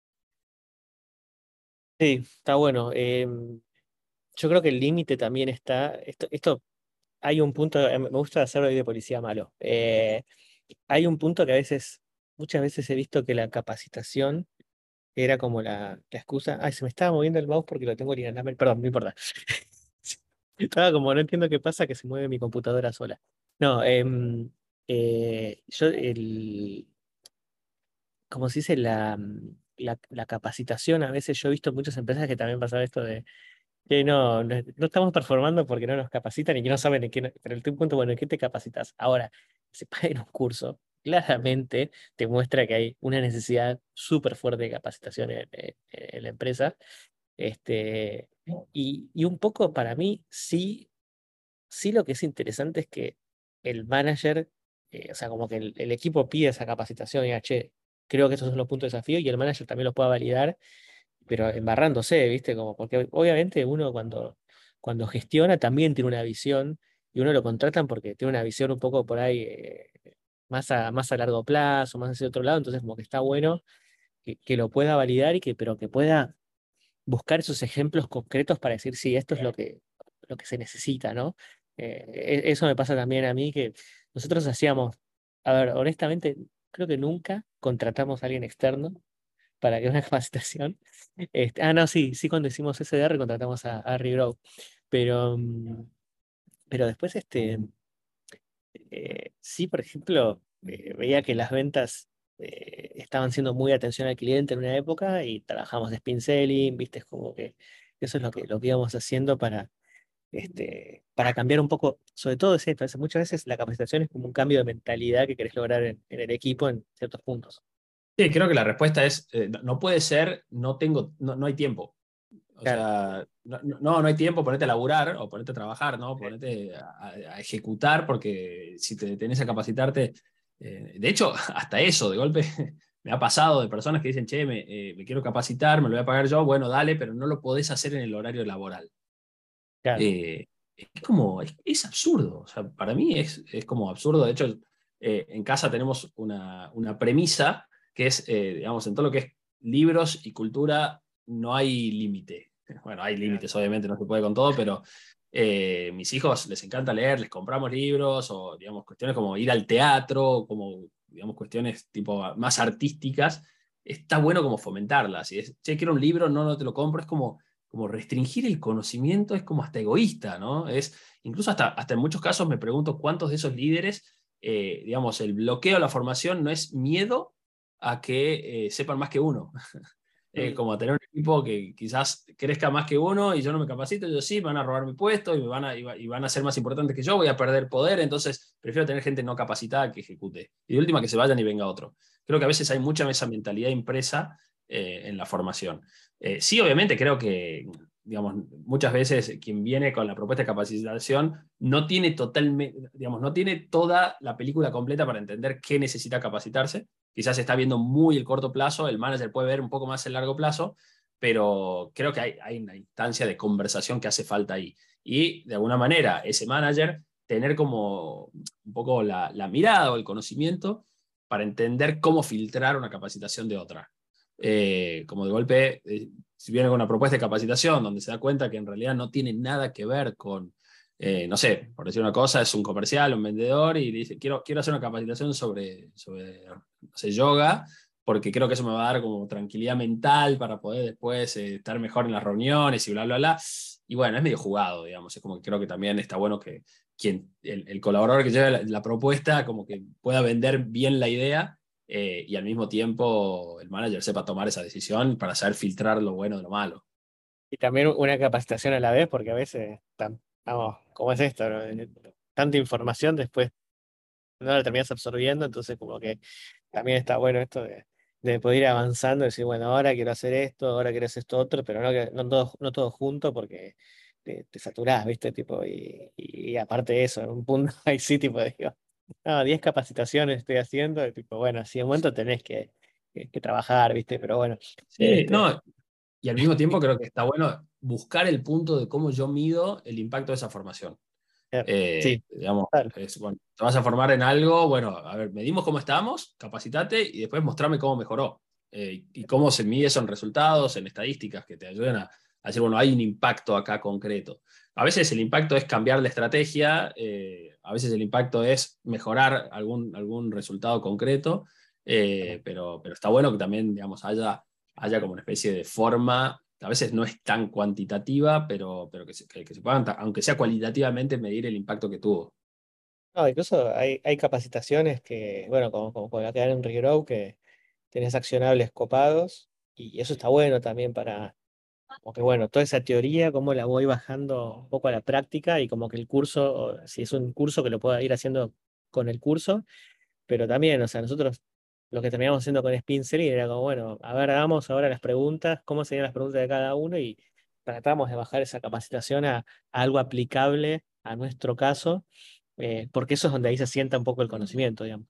sí, está bueno. Em, yo creo que el límite también está, esto, esto hay un punto, eh, me gusta hacerlo de policía malo. Eh, hay un punto que a veces, muchas veces he visto que la capacitación era como la, la excusa. Ay, se me estaba moviendo el mouse porque lo tengo inalámbrico. Perdón, no importa. Estaba como, no entiendo qué pasa, que se mueve mi computadora sola. No, em, eh, yo, el, como se dice, la, mm, la, la capacitación, a veces yo he visto en muchas empresas que también pasa esto de que no, no, no estamos performando porque no nos capacitan y que no saben en qué, no- pero el punto, bueno, ¿en qué te capacitas? Ahora, se paga en un curso, claramente te muestra que hay una necesidad súper fuerte de capacitación en, en- en la empresa. Este, y, y un poco para mí, sí, sí lo que es interesante es que el manager, eh, o sea, como que el, el equipo pide esa capacitación y diga, che, creo que estos son los puntos de desafío y el manager también los pueda validar pero embarrándose, ¿viste? Como, porque obviamente uno cuando, cuando gestiona también tiene una visión y uno lo contratan porque tiene una visión un poco por ahí eh, más a, más a largo plazo, más hacia otro lado, entonces como que está bueno que, que lo pueda validar y que, pero que pueda buscar esos ejemplos concretos para decir, sí, esto es lo que, lo que se necesita, ¿no? Eh, e- eso me pasa también a mí, que nosotros hacíamos, a ver, honestamente, creo que nunca contratamos a alguien externo para que una capacitación. Este, ah, no, sí, sí, cuando hicimos S D R contratamos a, a Regrow. Pero, mm, pero después, este, eh, sí, por ejemplo, eh, veía que las ventas eh, estaban siendo muy atención al cliente en una época y trabajamos de spin selling, viste, es como que eso es lo que, lo que íbamos haciendo este, para cambiar un poco, sobre todo es esto, es- muchas veces la capacitación es como un cambio de mentalidad que querés lograr en, en el equipo en ciertos puntos. Sí, creo que la respuesta es, eh, no no puede ser, no tengo, no, no hay tiempo. O Claro. sea, no, no, no hay tiempo, ponete a laburar o ponete a trabajar, ¿no? Ponete a, a ejecutar, porque si te tenés a capacitarte, eh, de hecho, hasta eso, de golpe, me ha pasado de personas que dicen, che, me, eh, me quiero capacitar, me lo voy a pagar yo, bueno, dale, pero no lo podés hacer en el horario laboral. Claro. Eh, es como, es, es absurdo, o sea, para mí es, es como absurdo. De hecho, eh, en casa tenemos una, una premisa que es, eh, digamos, en todo lo que es libros y cultura no hay límite. Bueno, hay límites, obviamente, no se puede con todo, pero eh, mis hijos les encanta leer, les compramos libros o, digamos, cuestiones como ir al teatro, como, digamos, cuestiones tipo más artísticas. Está bueno como fomentarlas. Si es, che, quiero un libro, no, no te lo compro, es como como restringir el conocimiento es como hasta egoísta, ¿no? Es, incluso hasta, hasta en muchos casos me pregunto cuántos de esos líderes, eh, digamos, el bloqueo a la formación no es miedo a que eh, sepan más que uno. Eh, Mm. como a tener un equipo que quizás crezca más que uno y yo no me capacito, yo sí, me van a robar mi puesto y, me van a, y, va- y van a ser más importantes que yo, voy a perder poder, entonces prefiero tener gente no capacitada que ejecute. Y de última que se vayan y venga otro. Creo que a veces hay mucha esa mentalidad impresa eh, en la formación. Eh, sí, obviamente creo que, digamos, muchas veces quien viene con la propuesta de capacitación no tiene totalmente, digamos, no tiene toda la película completa para entender qué necesita capacitarse. Quizás está viendo muy el corto plazo, el manager puede ver un poco más el largo plazo, pero creo que hay, hay una instancia de conversación que hace falta ahí. Y de alguna manera, ese manager tener como un poco la, la mirada o el conocimiento para entender cómo filtrar una capacitación de otra. Eh, como de golpe, eh, si viene con una propuesta de capacitación donde se da cuenta que en realidad no tiene nada que ver con, eh, no sé, por decir una cosa, es un comercial, un vendedor y dice, quiero, quiero hacer una capacitación sobre, sobre no sé, yoga, porque creo que eso me va a dar como tranquilidad mental para poder después eh, estar mejor en las reuniones y bla, bla, bla. Y bueno, es medio jugado, digamos, es como que creo que también está bueno que quien, el, el colaborador que lleve la, la propuesta como que pueda vender bien la idea eh, y al mismo tiempo el manager sepa tomar esa decisión para saber filtrar lo bueno de lo malo. Y también una capacitación a la vez, porque a veces, tam- vamos, ¿cómo es esto? ¿No? Eh, Tanta información después no la terminas absorbiendo, entonces como que también está bueno esto de, de poder ir avanzando, decir, bueno, ahora quiero hacer esto, ahora quiero hacer esto otro, pero no, que- no todo, no todo junto porque te, te saturás, ¿viste? Tipo, y, y, aparte de eso, en un punto ahí sí, tipo, digo, no, diez capacitaciones estoy haciendo, y tipo, bueno, si en un momento tenés que, que, que trabajar, ¿viste? Pero bueno, Sí, este, no, y al mismo tiempo creo que está bueno buscar el punto de cómo yo mido el impacto de esa formación. eh, Eh, sí, digamos, total. es, bueno, te vas a formar en algo, bueno, a ver, medimos cómo estamos, capacitate y después mostrame cómo mejoró. Eh, y cómo se mide eso en resultados, en estadísticas que te ayuden a, a decir, bueno, hay un impacto acá concreto. A veces el impacto es cambiar la estrategia, eh, a veces el impacto es mejorar algún, algún resultado concreto, eh, pero, pero está bueno que también, digamos, haya, haya como una especie de forma, a veces no es tan cuantitativa, pero, pero que, se, que, que se puedan, aunque sea cualitativamente, medir el impacto que tuvo. No, incluso hay, hay capacitaciones que, bueno, como, como, como la que dan en Regrow, que tenés accionables copados, y eso está bueno también para, como que bueno, toda esa teoría, cómo la voy bajando un poco a la práctica, y como que el curso, o si es un curso que lo pueda ir haciendo con el curso, pero también, o sea, nosotros lo que terminamos haciendo con Spin Selling era como, bueno, a ver, hagamos ahora las preguntas, cómo serían las preguntas de cada uno, y tratamos de bajar esa capacitación a, a algo aplicable a nuestro caso, eh, porque eso es donde ahí se sienta un poco el conocimiento, digamos.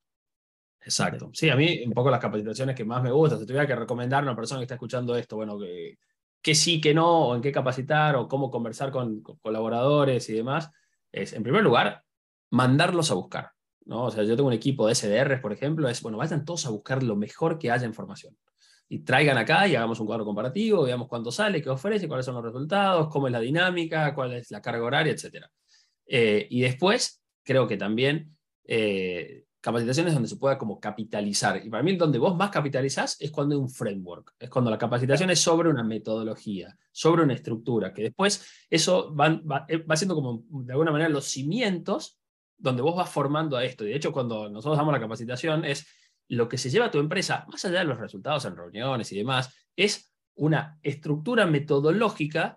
Sí. Exacto. Sí, a mí un poco las capacitaciones que más me gustan, si tuviera que recomendar a una persona que está escuchando esto, bueno, que, que sí, que no, o en qué capacitar, o cómo conversar con, con colaboradores y demás, es, en primer lugar, mandarlos a buscar, ¿no? O sea, yo tengo un equipo de S D Rs, por ejemplo, es, bueno, vayan todos a buscar lo mejor que haya en formación. Y traigan acá y hagamos un cuadro comparativo, veamos cuánto sale, qué ofrece, cuáles son los resultados, cómo es la dinámica, cuál es la carga horaria, etcétera. Eh, y después, creo que también eh, capacitaciones donde se pueda como capitalizar. Y para mí, donde vos más capitalizás es cuando hay un framework, es cuando la capacitación es sobre una metodología, sobre una estructura, que después eso va, va, va siendo como de alguna manera los cimientos donde vos vas formando a esto. Y de hecho, cuando nosotros damos la capacitación, es lo que se lleva a tu empresa, más allá de los resultados en reuniones y demás, es una estructura metodológica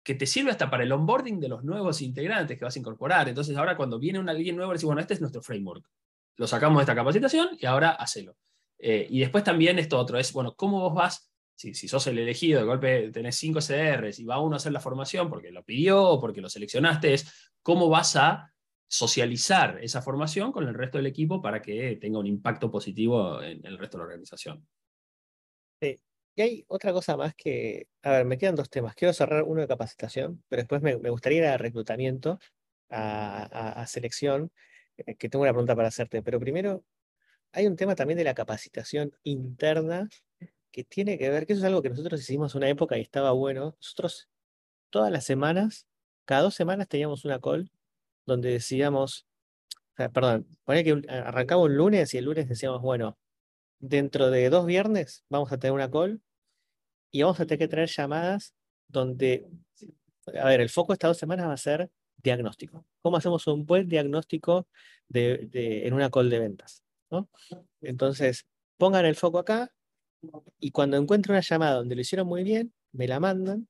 que te sirve hasta para el onboarding de los nuevos integrantes que vas a incorporar. Entonces ahora cuando viene un alguien nuevo, decís, bueno, este es nuestro framework. Lo sacamos de esta capacitación y ahora hacelo. Eh, y después también esto otro es, bueno, ¿cómo vos vas? Si, si sos el elegido, de golpe tenés cinco C D Rs y va uno a hacer la formación porque lo pidió o porque lo seleccionaste, es cómo vas a socializar esa formación con el resto del equipo para que tenga un impacto positivo en el resto de la organización. Sí. Y hay otra cosa más que, a ver, me quedan dos temas. Quiero cerrar uno de capacitación, pero después me, me gustaría ir a reclutamiento, a, a- a selección, eh, que tengo una pregunta para hacerte. Pero primero, hay un tema también de la capacitación interna que tiene que ver, que eso es algo que nosotros hicimos una época y estaba bueno. Nosotros todas las semanas, cada dos semanas teníamos una call donde decíamos, o sea, perdón, ponía que un- arrancaba un lunes y el lunes decíamos, bueno, dentro de dos viernes vamos a tener una call y vamos a tener que traer llamadas donde, a ver, el foco de estas dos semanas va a ser diagnóstico. ¿Cómo hacemos un buen diagnóstico de, de- en una call de ventas? ¿No? Entonces, pongan el foco acá y cuando encuentro una llamada donde lo hicieron muy bien, me la mandan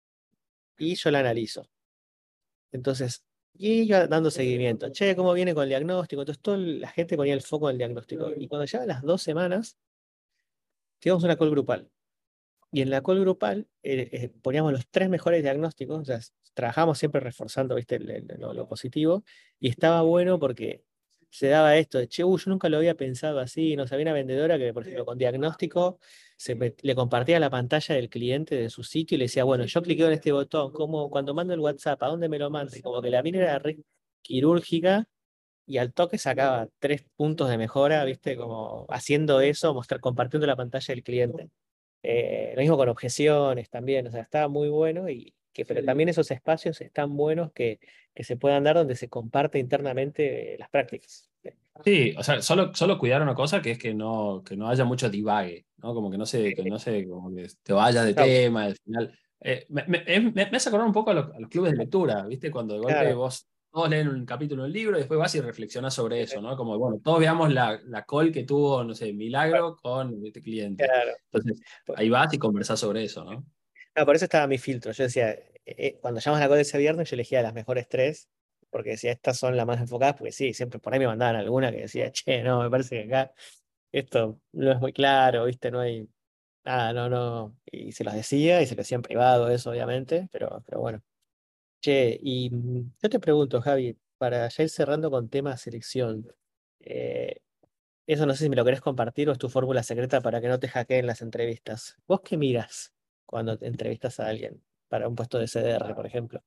y yo la analizo. Entonces, y iba dando seguimiento. Che, ¿cómo viene con el diagnóstico? Entonces, toda la gente ponía el foco en el diagnóstico. Y cuando llegaban las dos semanas, teníamos una call grupal. Y en la call grupal eh, eh, poníamos los tres mejores diagnósticos, o sea, s- trabajamos siempre reforzando, ¿viste? el- el- lo, lo positivo, y estaba bueno porque se daba esto de, che, uy, yo nunca lo había pensado así, no sabía una vendedora que, por ejemplo, con diagnóstico se met- le compartía la pantalla del cliente de su sitio y le decía, bueno, yo cliqueo en este botón, como cuando mando el WhatsApp, ¿a dónde me lo manda? Y como que la mina era re quirúrgica y al toque sacaba tres puntos de mejora, ¿viste? Como haciendo eso, mostrar, compartiendo la pantalla del cliente. Eh, lo mismo con objeciones también, o sea, estaba muy bueno y que, pero también esos espacios están buenos que, que se puedan dar donde se comparte internamente eh, las prácticas. Sí, o sea, solo, solo cuidar una cosa que es que no, que no haya mucho divague, ¿no? Como que no se, que no se, como que te vayas de Chau. tema, al final. Eh, me, me, me- me hace acordar un poco a los, a los clubes de lectura, ¿viste? Cuando de golpe Claro, vos todos leen un capítulo del libro y después vas y reflexionás sobre eso, ¿no? Como, bueno, todos veamos la, la call que tuvo, no sé, Milagro con este cliente. claro. Entonces, Por, ahí vas y conversás sobre eso, ¿no? ah, por eso estaba mi filtro. Yo decía, eh, eh, cuando llamamos la call ese viernes, yo elegía las mejores tres, porque decía, estas son las más enfocadas, porque sí, siempre por ahí me mandaban alguna que decía, che, no, me parece que acá esto no es muy claro, ¿viste? No hay nada, no, no. Y se los decía y se lo decía en privado, eso, obviamente, pero, pero bueno. Che, y mm, yo te pregunto, Javi, para ya ir cerrando con tema selección, eh, eso no sé si me lo querés compartir o es tu fórmula secreta para que no te hackeen las entrevistas. ¿Vos qué miras cuando te entrevistas a alguien para un puesto de C D R, por ejemplo?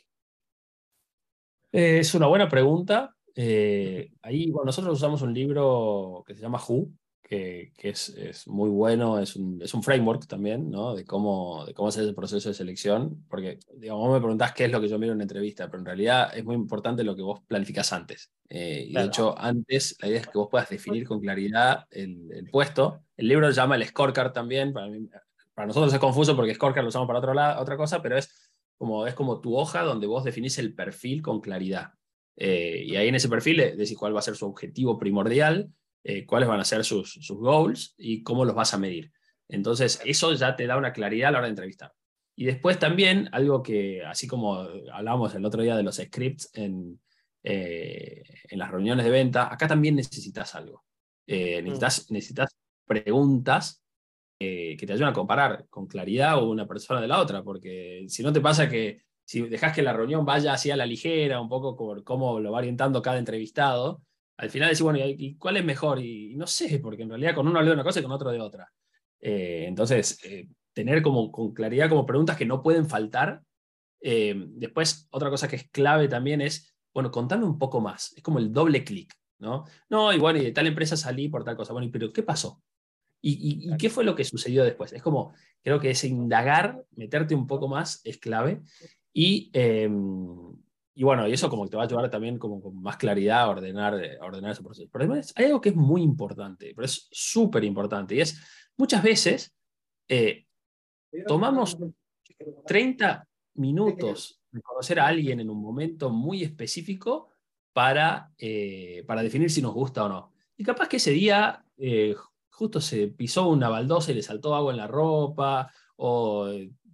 Eh, es una buena pregunta. Eh, ahí, bueno, nosotros usamos un libro que se llama Who, que, que es, es muy bueno, es un, es un framework también, ¿no? De cómo, de cómo hacer el proceso de selección, porque, digamos, vos me preguntás qué es lo que yo miro en una entrevista, pero en realidad es muy importante lo que vos planificás antes. Eh, y de Claro, hecho, antes la idea es que vos puedas definir con claridad el, el puesto. El libro se llama el scorecard también, para mí- para nosotros es confuso porque scorecard lo usamos para otro lado, otra cosa, pero es como, es como tu hoja donde vos definís el perfil con claridad. Eh, y ahí en ese perfil decís cuál va a ser su objetivo primordial, eh, cuáles van a ser sus, sus goals y cómo los vas a medir. Entonces, eso ya te da una claridad a la hora de entrevistar. Y después también, algo que, así como hablábamos el otro día de los scripts en, eh, en las reuniones de venta, acá también necesitas algo. Eh, mm, necesitas, necesitas preguntas eh, que te ayuden a comparar con claridad una persona de la otra, porque si no te pasa que si dejas que la reunión vaya así a la ligera, un poco por cómo lo va orientando cada entrevistado, al final decís, bueno, ¿y cuál es mejor? Y, y no sé, porque en realidad con uno habla de una cosa y con otro de otra. Eh, entonces, eh, tener como con claridad como preguntas que no pueden faltar. Eh, después, otra cosa que es clave también es, bueno, contame un poco más. Es como el doble clic, ¿no? No, y bueno, y de tal empresa salí por tal cosa. Bueno, pero ¿qué pasó? ¿Y, y, y qué fue lo que sucedió después? Es como, creo que ese indagar, meterte un poco más es clave. Y, eh, y bueno, y eso como que te va a ayudar también como con más claridad a ordenar, a ordenar ese proceso. Pero además hay algo que es muy importante, pero es súper importante, y es muchas veces eh, tomamos treinta minutos de conocer a alguien en un momento muy específico para, eh, para definir si nos gusta o no. Y capaz que ese día eh, justo se pisó una baldosa y le saltó agua en la ropa, o eh,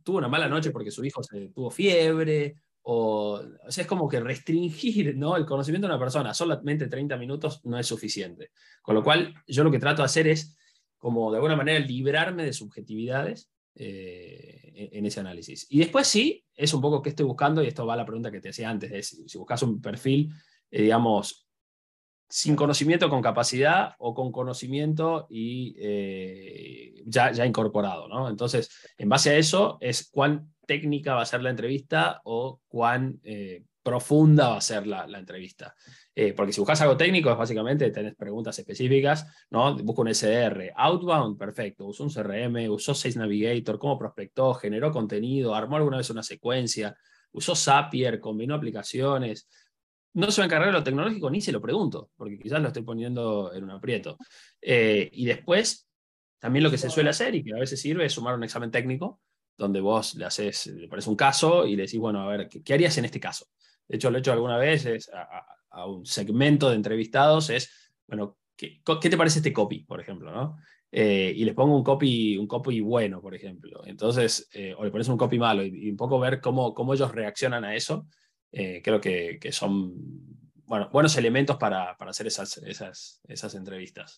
tuvo una mala noche porque su hijo se, tuvo fiebre, o, o sea, es como que restringir, ¿no? El conocimiento de una persona solamente treinta minutos no es suficiente. Con lo cual, yo lo que trato de hacer es, como de alguna manera, librarme de subjetividades eh, en ese análisis. Y después sí, es un poco qué estoy buscando, y esto va a la pregunta que te hacía antes, es, si buscas un perfil, eh, digamos, sin conocimiento con capacidad o con conocimiento y eh, ya, ya incorporado, ¿no? Entonces, en base a eso es cuán técnica va a ser la entrevista o cuán eh, profunda va a ser la, la entrevista. Eh, porque si buscas algo técnico, es básicamente tenés preguntas específicas, ¿no? Busco un S D R, outbound, perfecto, usó un C R M, usó Sales Navigator, cómo prospectó, generó contenido, armó alguna vez una secuencia, usó Zapier, combinó aplicaciones. No se va a encargar de lo tecnológico, ni se lo pregunto, porque quizás lo estoy poniendo en un aprieto. Eh, y después, también lo que se suele hacer y que a veces sirve es sumar un examen técnico, donde vos le haces, le pones un caso y le decís, bueno, a ver, ¿qué, qué harías en este caso? De hecho, lo he hecho alguna vez es a, a, a un segmento de entrevistados, es, bueno, ¿qué, ¿qué, te parece este copy, por ejemplo? ¿No? Eh, y les pongo un copy, un copy bueno, por ejemplo. Entonces, eh, o le pones un copy malo y, y un poco ver cómo, cómo ellos reaccionan a eso. Eh, creo que, que, son bueno, buenos elementos para, para hacer esas, esas, esas entrevistas.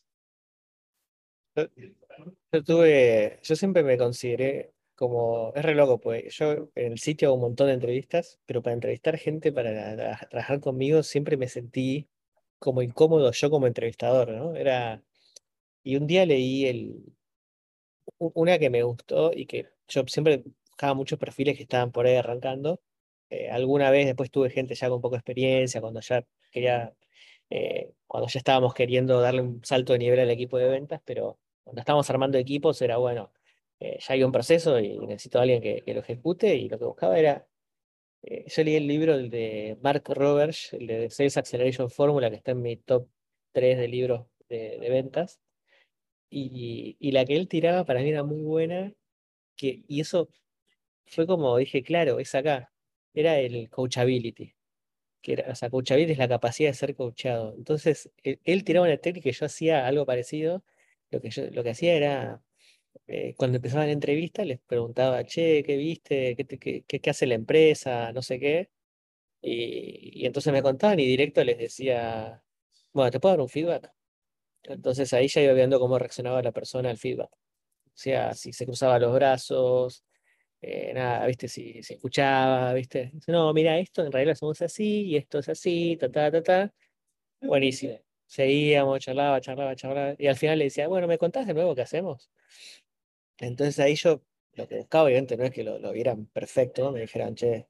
Yo, yo tuve, yo siempre me consideré como, es re loco, pues yo en el sitio hago un montón de entrevistas, pero para entrevistar gente para tra- trabajar conmigo siempre me sentí como incómodo yo como entrevistador, ¿no? Era, y un día leí el, u- una que me gustó y que yo siempre buscaba muchos perfiles que estaban por ahí arrancando. Eh, alguna vez después tuve gente ya con poca experiencia, cuando ya quería, eh, cuando ya estábamos queriendo darle un salto de nivel al equipo de ventas, pero cuando estábamos armando equipos era bueno, eh, ya hay un proceso y necesito a alguien que, que lo ejecute y lo que buscaba era, eh, yo leí el libro el de Mark Roberts, el de Sales Acceleration Formula, que está en mi top tres de libros de, de ventas. Y, y la que él tiraba para mí era muy buena, que, y eso fue como dije, claro, es acá, era el coachability, que era, o sea, coachability es la capacidad de ser coachado. Entonces, él, él tiraba una técnica y yo hacía algo parecido. Lo que yo, lo que hacía era, eh, cuando empezaba la entrevista, les preguntaba, che, ¿qué viste? ¿Qué, te- qué, qué- qué hace la empresa? No sé qué. Y, y entonces me contaban y directo les decía, bueno, ¿te puedo dar un feedback? Entonces ahí ya iba viendo cómo reaccionaba la persona al feedback. O sea, si se cruzaba los brazos, eh, nada, viste, si se escuchaba, viste. Dice, no, mira, esto en realidad lo hacemos así, y esto es así, ta, ta, ta, ta. Buenísimo. Seguíamos, charlaba, charlaba, charlaba. Y al final le decía, bueno, ¿me contás de nuevo qué hacemos? Entonces ahí yo lo que buscaba, obviamente, no es que lo, lo vieran perfecto, me dijeran, che,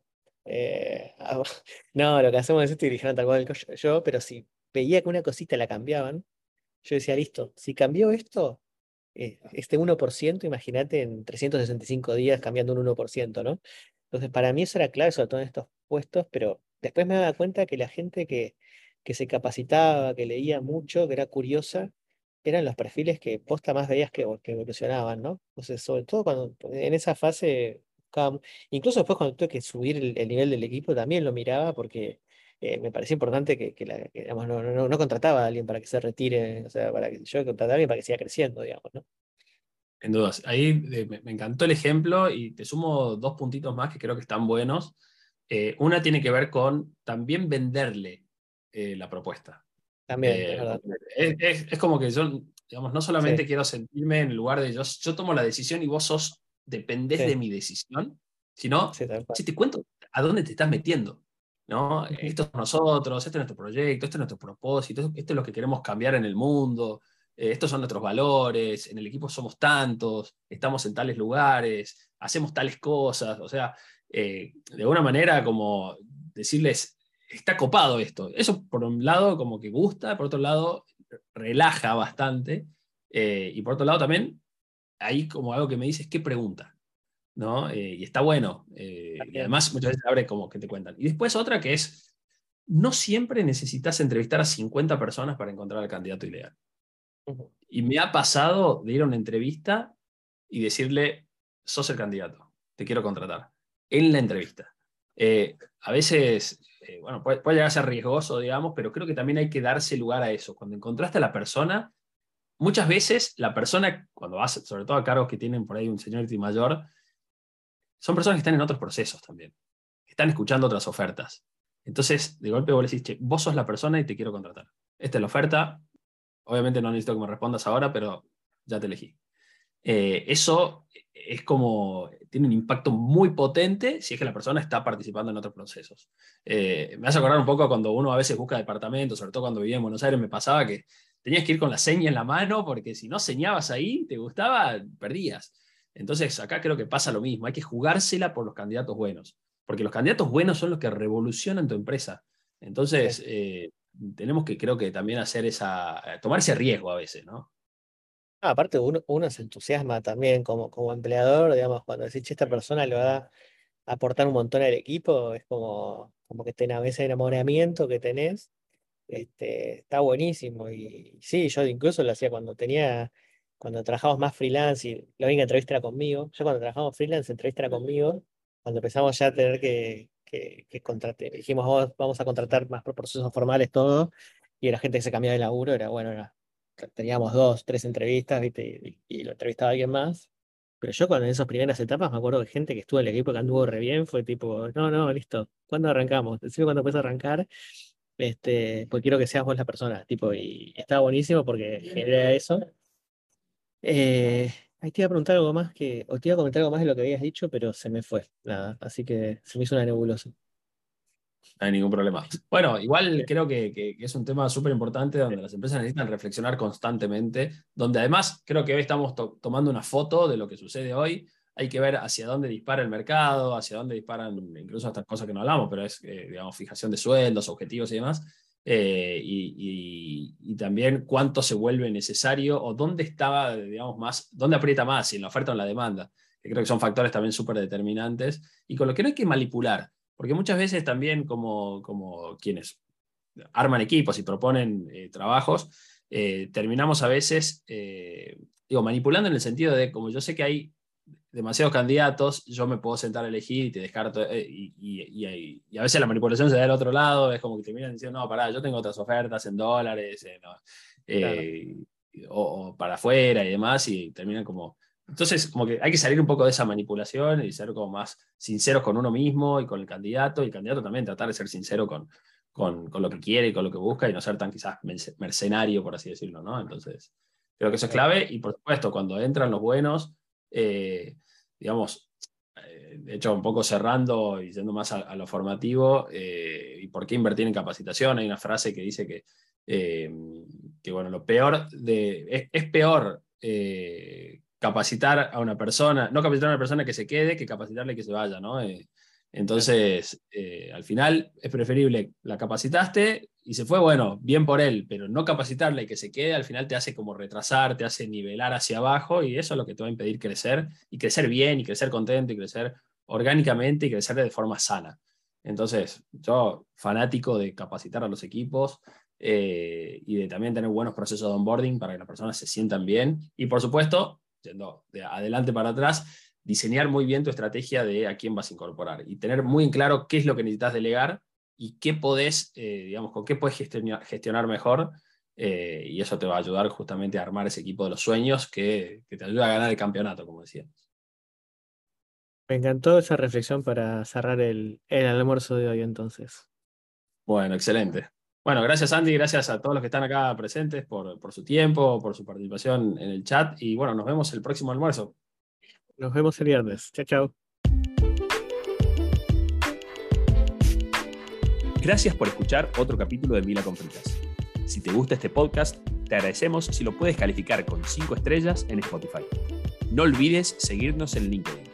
eh, ah, no, lo que hacemos es esto, y dijeron tal cual yo, yo, pero si veía que una cosita la cambiaban, yo decía, listo, si cambió esto, eh, este uno por ciento, imagínate en trescientos sesenta y cinco días cambiando un uno por ciento, ¿no? Entonces, para mí eso era clave, sobre todo en estos puestos, pero después me daba cuenta que la gente que, que se capacitaba, que leía mucho, que era curiosa, eran los perfiles que posta más veías que, que evolucionaban, ¿no? Entonces, sobre todo cuando en esa fase, buscaba mu- incluso después cuando tuve que subir el, el nivel del equipo, también lo miraba porque eh, me parecía importante que, que la, que, digamos, no, no, no no contrataba a alguien para que se retire, o sea, para que yo contrataba a alguien para que siga creciendo, digamos, ¿no? En dudas. Ahí eh, me, me encantó el ejemplo y te sumo dos puntitos más que creo que están buenos. Eh, una tiene que ver con también venderle eh, la propuesta. También, es Eh, verdad. porque es, es- es como que yo, digamos, no solamente Sí, quiero sentirme en el lugar de yo, yo tomo la decisión y vos sos, dependés de sí, mi decisión, sino, sí, tal cual. si te cuento a dónde te estás metiendo, ¿no? Ujú. Esto es nosotros, este es nuestro proyecto, este es nuestro propósito, esto es lo que queremos cambiar en el mundo, eh, estos son nuestros valores, en el equipo somos tantos, estamos en tales lugares, hacemos tales cosas, o sea, eh, de alguna manera como decirles, está copado esto. Eso por un lado como que gusta, por otro lado relaja bastante, eh, y por otro lado también hay como algo que me dices, ¿qué pregunta? ¿No? Eh, y está bueno, eh, y También. además muchas veces abre como que te cuentan. Y después otra que es, no siempre necesitas entrevistar a cincuenta personas para encontrar al candidato ideal. Ujú. Y me ha pasado de ir a una entrevista y decirle, sos el candidato, te quiero contratar, en la entrevista. Eh, a veces, eh, bueno, puede, puede, llegar a ser riesgoso, digamos, pero creo que también hay que darse lugar a eso. Cuando encontraste a la persona, muchas veces la persona, cuando vas, sobre todo a cargos que tienen por ahí un seniority mayor, son personas que están en otros procesos también, que están escuchando otras ofertas. Entonces, de golpe vos le decís, che, vos sos la persona y te quiero contratar. Esta es la oferta, obviamente no necesito que me respondas ahora, pero ya te elegí. Eh, eso es como, tiene un impacto muy potente si es que la persona está participando en otros procesos. Eh, me hace acordar un poco cuando uno a veces busca departamentos, sobre todo cuando vivía en Buenos Aires, me pasaba que tenías que ir con la seña en la mano porque si no señabas ahí, te gustaba, perdías. Entonces acá creo que pasa lo mismo, hay que jugársela por los candidatos buenos, porque los candidatos buenos son los que revolucionan tu empresa. Entonces eh, tenemos que creo que también hacer esa, tomar ese riesgo a veces, ¿no? Ah, aparte, uno, uno se entusiasma también como, como empleador, digamos, cuando decís, che, esta persona le va a aportar un montón al equipo, es como, como que tenés ese enamoramiento que tenés. Este, está buenísimo. Y sí, yo incluso lo hacía cuando tenía, cuando trabajamos más freelance y la única entrevista era conmigo. Yo cuando trabajamos freelance, la entrevista era conmigo. Cuando empezamos ya a tener que, que, que contratar, dijimos, vamos, vamos a contratar más por procesos formales todo. Y la gente que se cambiaba de laburo era, bueno, era, teníamos dos, tres entrevistas, ¿viste? Y, y lo entrevistaba alguien más. Pero yo cuando en esas primeras etapas me acuerdo de gente que estuvo en el equipo que anduvo re bien, fue tipo, no, no, listo, ¿cuándo arrancamos? Decime cuándo puedes arrancar, este, pues quiero que seas vos la persona, tipo, y estaba buenísimo porque genera eso. Eh, ahí te iba a preguntar algo más que, o te iba a comentar algo más de lo que habías dicho, pero se me fue, nada, así que se me hizo una nebulosa. No hay ningún problema. Bueno, igual Bien. creo que, que- que es un tema súper importante donde las empresas necesitan reflexionar constantemente, donde además creo que hoy estamos to- tomando una foto de lo que sucede hoy. Hay que ver hacia dónde dispara el mercado, hacia dónde disparan incluso estas cosas que no hablamos, pero es, eh, digamos, fijación de sueldos, objetivos y demás. Eh, y, y- y también cuánto se vuelve necesario o dónde está, digamos, más, dónde aprieta más, si en la oferta o en la demanda, que creo que son factores también súper determinantes y con lo que no hay que manipular. Porque muchas veces también como, como quienes arman equipos y proponen eh, trabajos, eh, terminamos a veces, eh, digo, manipulando en el sentido de, como yo sé que hay demasiados candidatos, yo me puedo sentar a elegir y te descarto, eh, y, y, y, y, a veces la manipulación se da del otro lado, es como que te miran diciendo, no, pará, yo tengo otras ofertas en dólares, eh, no, Claro. eh, o, o para afuera y demás, y terminan como... Entonces, como que hay que salir un poco de esa manipulación y ser como más sinceros con uno mismo y con el candidato, y el candidato también tratar de ser sincero con, con, con lo que quiere y con lo que busca y no ser tan quizás mercenario, por así decirlo, ¿no? Entonces, creo que eso es Claro. clave y por supuesto, cuando entran los buenos, eh, digamos, eh, de hecho, un poco cerrando y yendo más a, a lo formativo, eh, y por qué invertir en capacitación, hay una frase que dice que, eh, que bueno, lo peor de, es, es peor eh, capacitar a una persona, no capacitar a una persona que se quede, que capacitarle que se vaya, ¿no? Eh, Claro. entonces, eh, al final es preferible, la capacitaste y se fue, bueno, bien por él, pero no capacitarle y que se quede, al final te hace como retrasar, te hace nivelar hacia abajo y eso es lo que te va a impedir crecer y crecer bien y crecer contento y crecer orgánicamente y crecer de forma sana. Entonces, yo fanático de capacitar a los equipos eh, y de también tener buenos procesos de onboarding para que las personas se sientan bien y por supuesto, yendo de adelante para atrás, diseñar muy bien tu estrategia de a quién vas a incorporar y tener muy en claro qué es lo que necesitas delegar y qué podés, eh, digamos, con qué puedes gestionar, gestionar mejor, eh, y eso te va a ayudar justamente a armar ese equipo de los sueños que, que te ayuda a ganar el campeonato, como decía. Me encantó esa reflexión para cerrar el, el almuerzo de hoy entonces. Bueno, excelente. Bueno, gracias Andy, gracias a todos los que están acá presentes por, por su tiempo, por su participación en el chat y bueno, nos vemos el próximo almuerzo. Nos vemos el viernes. Chao, chao. Gracias por escuchar otro capítulo de Mila con Fritas. Si te gusta este podcast, te agradecemos si lo puedes calificar con cinco estrellas en Spotify. No olvides seguirnos en LinkedIn.